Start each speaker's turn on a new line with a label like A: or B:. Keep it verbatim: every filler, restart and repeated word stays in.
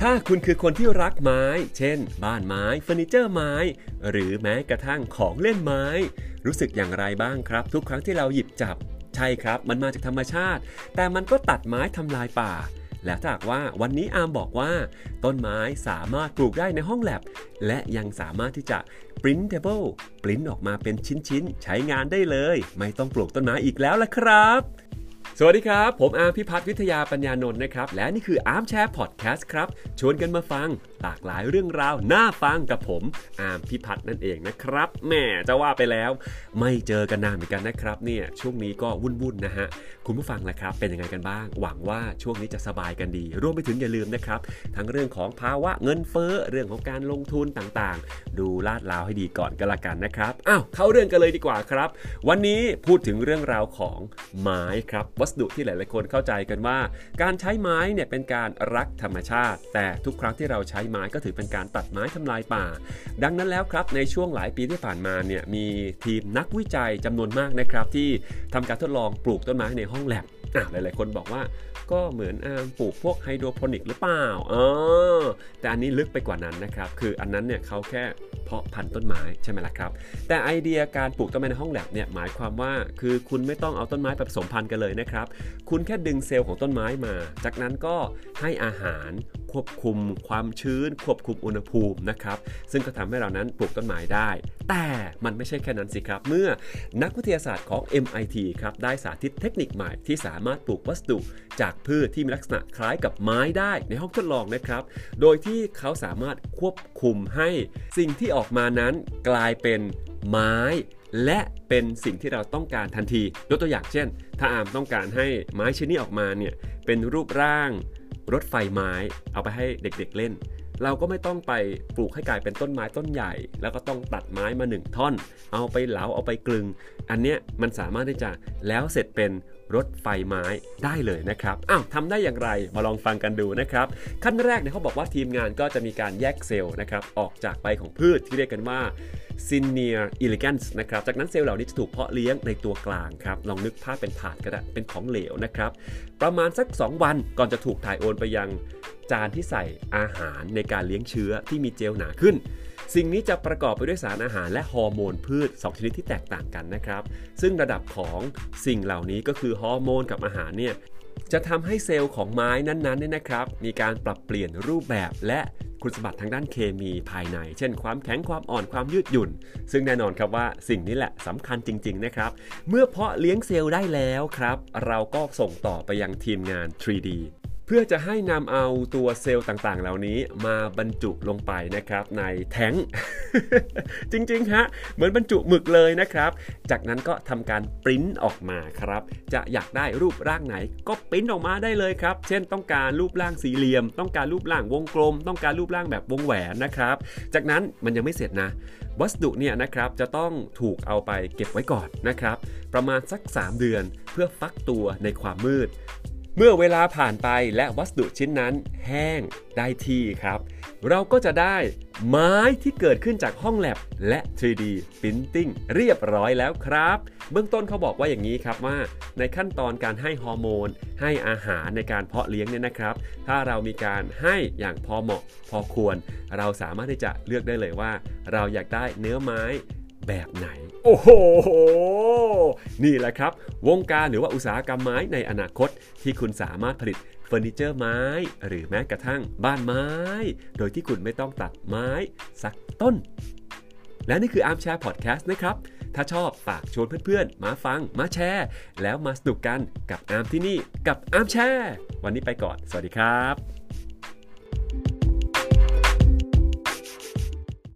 A: ถ้าคุณคือคนที่รักไม้เช่นบ้านไม้เฟอร์นิเจอร์ไม้หรือแม้กระทั่งของเล่นไม้รู้สึกอย่างไรบ้างครับทุกครั้งที่เราหยิบจับใช่ครับมันมาจากธรรมชาติแต่มันก็ตัดไม้ทำลายป่าแล้วถ้าหากว่าวันนี้อาร์มบอกว่าต้นไม้สามารถปลูกได้ในห้องแลบและยังสามารถที่จะ printable ปริ้นออกมาเป็นชิ้นๆใช้งานได้เลยไม่ต้องปลูกต้นไม้อีกแล้วล่ะครับสวัสดีครับผมอาร์มพิพัฒน์วิทยาปัญญานนท์นะครับและนี่คืออาร์มแชร์พอดแคสต์ครับชวนกันมาฟังหลากหลายเรื่องราวน่าฟังกับผมอาร์มพิพัฒน์นั่นเองนะครับแหมจะว่าไปแล้วไม่เจอกันนานเหมือนกันนะครับเนี่ยช่วงนี้ก็วุ่นๆนะฮะคุณผู้ฟังล่ะครับเป็นยังไงกันบ้างหวังว่าช่วงนี้จะสบายกันดีรวมไปถึงอย่าลืมนะครับทั้งเรื่องของภาวะเงินเฟ้อเรื่องของการลงทุนต่างๆดูลาดราวให้ดีก่อนก็แล้วกันนะครับอ้าวเข้าเรื่องกันเลยดีกว่าครับวันนี้พูดถึงเรื่องราวของไม้ครับวัสดุที่หลายๆคนเข้าใจกันว่าการใช้ไม้เนี่ยเป็นการรักธรรมชาติแต่ทุกครั้งที่เราใช้ไม้ก็ถือเป็นการตัดไม้ทำลายป่าดังนั้นแล้วครับในช่วงหลายปีที่ผ่านมาเนี่ยมีทีมนักวิจัยจำนวนมากนะครับที่ทำการทดลองปลูกต้นไม้ในห้องแลบอ่ะหลายๆคนบอกว่าก็เหมือนอ่าปลูกพวกไฮโดรโปนิกหรือเปล่าเออแต่อันนี้ลึกไปกว่านั้นนะครับคืออันนั้นเนี่ยเขาแค่เพาะพันธุ์ต้นไม้ใช่ไหมล่ะครับแต่ไอเดียการปลูกต้นไม้ในห้องแลบเนี่ยหมายความว่าคือคุณไม่ต้องเอาต้นไม้ไปผสมพันธุ์กันเลยนะครับคุณแค่ดึงเซลล์ของต้นไม้มาจากนั้นก็ให้อาหารควบคุมความชื้นควบคุมอุณหภูมินะครับซึ่งก็ทำให้เรานั้นปลูกต้นไม้ได้แต่มันไม่ใช่แค่นั้นสิครับเมื่อนักวิทยาศาสตร์ของ เอ็ม ไอ ที ครับได้สาธิตเทคนิคใหม่ที่สามารถปลูกวัสดุจากพืชที่มีลักษณะคล้ายกับไม้ได้ในห้องทดลองนะครับโดยที่เขาสามารถควบคุมให้สิ่งที่ออกมานั้นกลายเป็นไม้และเป็นสิ่งที่เราต้องการทันทียกตัวอย่างเช่นถ้าอาร์มต้องการให้ไม้ชิ้นนี้ออกมาเนี่ยเป็นรูปร่างรถไฟไม้เอาไปให้เด็กๆเล่นเราก็ไม่ต้องไปปลูกให้กลายเป็นต้นไม้ต้นใหญ่แล้วก็ต้องตัดไม้มาหนึ่งท่อนเอาไปเหลาเอาไปกลึงอันเนี้ยมันสามารถที่จะแล้วเสร็จเป็นรถไฟไม้ได้เลยนะครับอ้าวทำได้อย่างไรมาลองฟังกันดูนะครับขั้นแรกเนี่ยเขาบอกว่าทีมงานก็จะมีการแยกเซลล์นะครับออกจากใบของพืชที่เรียกกันว่าCinear elegans นะครับจากนั้นเซลล์เหล่านี้จะถูกเพาะเลี้ยงในตัวกลางครับลองนึกภาพเป็นถาดก็ได้เป็นของเหลวนะครับประมาณสักสองวันก่อนจะถูกถ่ายโอนไปยังจานที่ใส่อาหารในการเลี้ยงเชื้อที่มีเจลหนาขึ้นสิ่งนี้จะประกอบไปด้วยสารอาหารและฮอร์โมนพืชสองชนิดที่แตกต่างกันนะครับซึ่งระดับของสิ่งเหล่านี้ก็คือฮอร์โมนกับอาหารเนี่ยจะทำให้เซลล์ของไม้นั้นๆเนี่ยนะครับมีการปรับเปลี่ยนรูปแบบและคุณสมบัติทางด้านเคมีภายในเช่นความแข็งความอ่อนความยืดหยุ่นซึ่งแน่นอนครับว่าสิ่งนี้แหละสำคัญจริงๆนะครับเมื่อเพาะเลี้ยงเซลล์ได้แล้วครับเราก็ส่งต่อไปยังทีมงาน ทรี ดี เพื่อจะให้นำเอาตัวเซลล์ต่างๆเหล่านี้มาบรรจุลงไปนะครับในแท้ง จริงๆฮะเหมือนบรรจุหมึกเลยนะครับจากนั้นก็ทำการปริ้นออกมาครับจะอยากได้รูปร่างไหนก็ปริ้นออกมาได้เลยครับเช่นต้องการรูปร่างสี่เหลี่ยมต้องการรูปร่างวงกลมต้องการรูปร่างแบบวงแหวนนะครับจากนั้นมันยังไม่เสร็จนะวัสดุเนี่ยนะครับจะต้องถูกเอาไปเก็บไว้ก่อนนะครับประมาณสักสามเดือนเพื่อฟักตัวในความมืดเมื่อเวลาผ่านไปและวัสดุชิ้นนั้นแห้งได้ที่ครับเราก็จะได้ไม้ที่เกิดขึ้นจากห้องแลบและ ทรี ดี Printing เรียบร้อยแล้วครับเบื้องต้นเขาบอกว่าอย่างนี้ครับว่าในขั้นตอนการให้ฮอร์โมนให้อาหารในการเพาะเลี้ยงเนี่ยนะครับถ้าเรามีการให้อย่างพอเหมาะพอควรเราสามารถที่จะเลือกได้เลยว่าเราอยากได้เนื้อไม้แบบไหนโอ้โหนี่แหละครับวงการหรือว่าอุตสาหกรรมไม้ในอนาคตที่คุณสามารถผลิตเฟอร์นิเจอร์ไม้หรือแม้กระทั่งบ้านไม้โดยที่คุณไม่ต้องตัดไม้สักต้นและนี่คืออาร์มแชร์พอดแคสต์นะครับถ้าชอบฝากชวนเพื่อนๆมาฟังมาแชร์แล้วมาสนุกกันกับอาร์มที่นี่กับอาร์มแชร์วันนี้ไปก่อนสวัสดีครับ